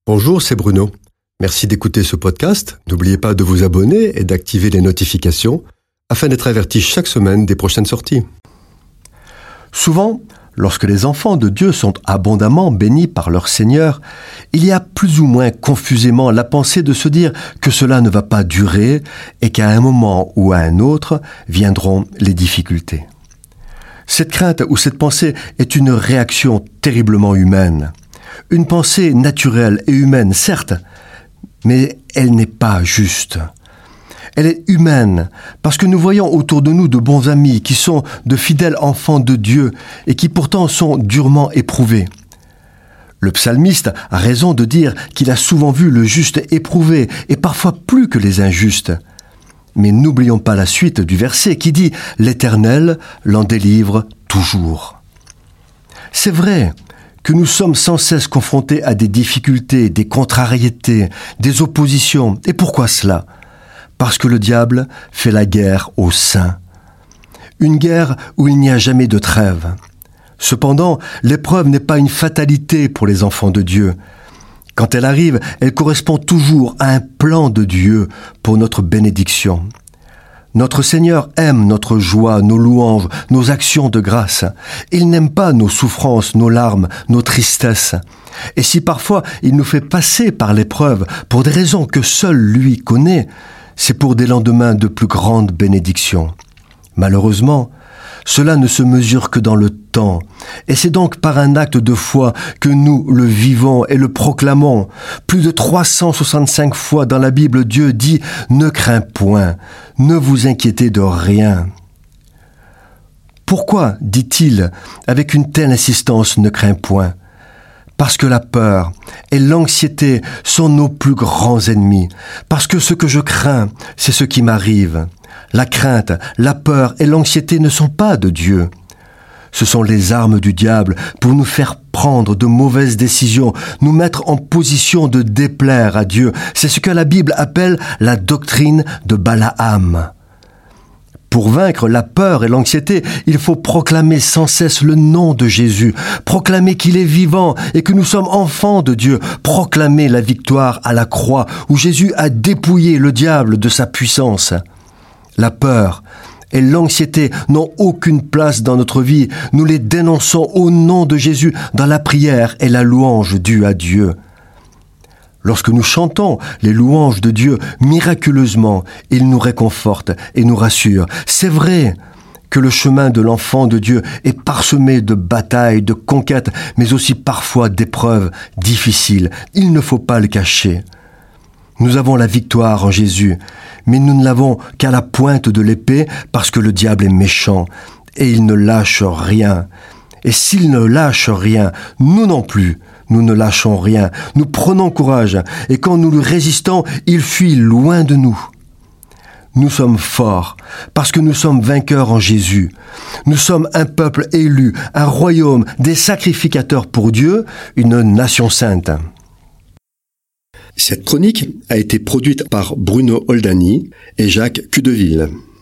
Bonjour, c'est Bruno. Merci d'écouter ce podcast. N'oubliez pas de vous abonner et d'activer les notifications afin d'être averti chaque semaine des prochaines sorties. Souvent, lorsque les enfants de Dieu sont abondamment bénis par leur Seigneur, il y a plus ou moins confusément la pensée de se dire que cela ne va pas durer et qu'à un moment ou à un autre viendront les difficultés. Cette crainte ou cette pensée est une réaction terriblement humaine. Une pensée naturelle et humaine, certes, mais elle n'est pas juste. Elle est humaine parce que nous voyons autour de nous de bons amis qui sont de fidèles enfants de Dieu et qui pourtant sont durement éprouvés. Le psalmiste a raison de dire qu'il a souvent vu le juste éprouvé et parfois plus que les injustes. Mais n'oublions pas la suite du verset qui dit « L'Éternel l'en délivre toujours ». C'est vrai que nous sommes sans cesse confrontés à des difficultés, des contrariétés, des oppositions. Et pourquoi cela ? Parce que le diable fait la guerre aux saints. Une guerre où il n'y a jamais de trêve. Cependant, l'épreuve n'est pas une fatalité pour les enfants de Dieu. Quand elle arrive, elle correspond toujours à un plan de Dieu pour notre bénédiction. Notre Seigneur aime notre joie, nos louanges, nos actions de grâce. Il n'aime pas nos souffrances, nos larmes, nos tristesses. Et si parfois il nous fait passer par l'épreuve pour des raisons que seul lui connaît, c'est pour des lendemains de plus grande bénédiction. Malheureusement, cela ne se mesure que dans le temps, et c'est donc par un acte de foi que nous le vivons et le proclamons. Plus de 365 fois dans la Bible, Dieu dit « Ne crains point, ne vous inquiétez de rien ». Pourquoi, dit-il, avec une telle insistance « Ne crains point » ? Parce que la peur et l'anxiété sont nos plus grands ennemis. Parce que ce que je crains, c'est ce qui m'arrive. La crainte, la peur et l'anxiété ne sont pas de Dieu. Ce sont les armes du diable pour nous faire prendre de mauvaises décisions, nous mettre en position de déplaire à Dieu. C'est ce que la Bible appelle la doctrine de Balaam. Pour vaincre la peur et l'anxiété, il faut proclamer sans cesse le nom de Jésus, proclamer qu'il est vivant et que nous sommes enfants de Dieu, proclamer la victoire à la croix où Jésus a dépouillé le diable de sa puissance. La peur et l'anxiété n'ont aucune place dans notre vie. Nous les dénonçons au nom de Jésus dans la prière et la louange due à Dieu. Lorsque nous chantons les louanges de Dieu, miraculeusement, il nous réconforte et nous rassure. C'est vrai que le chemin de l'enfant de Dieu est parsemé de batailles, de conquêtes, mais aussi parfois d'épreuves difficiles. Il ne faut pas le cacher. Nous avons la victoire en Jésus, mais nous ne l'avons qu'à la pointe de l'épée parce que le diable est méchant et il ne lâche rien. Et s'il ne lâche rien, nous non plus, nous ne lâchons rien. Nous prenons courage et quand nous lui résistons, il fuit loin de nous. Nous sommes forts parce que nous sommes vainqueurs en Jésus. Nous sommes un peuple élu, un royaume, des sacrificateurs pour Dieu, une nation sainte. Cette chronique a été produite par Bruno Oldani et Jacques Cudeville.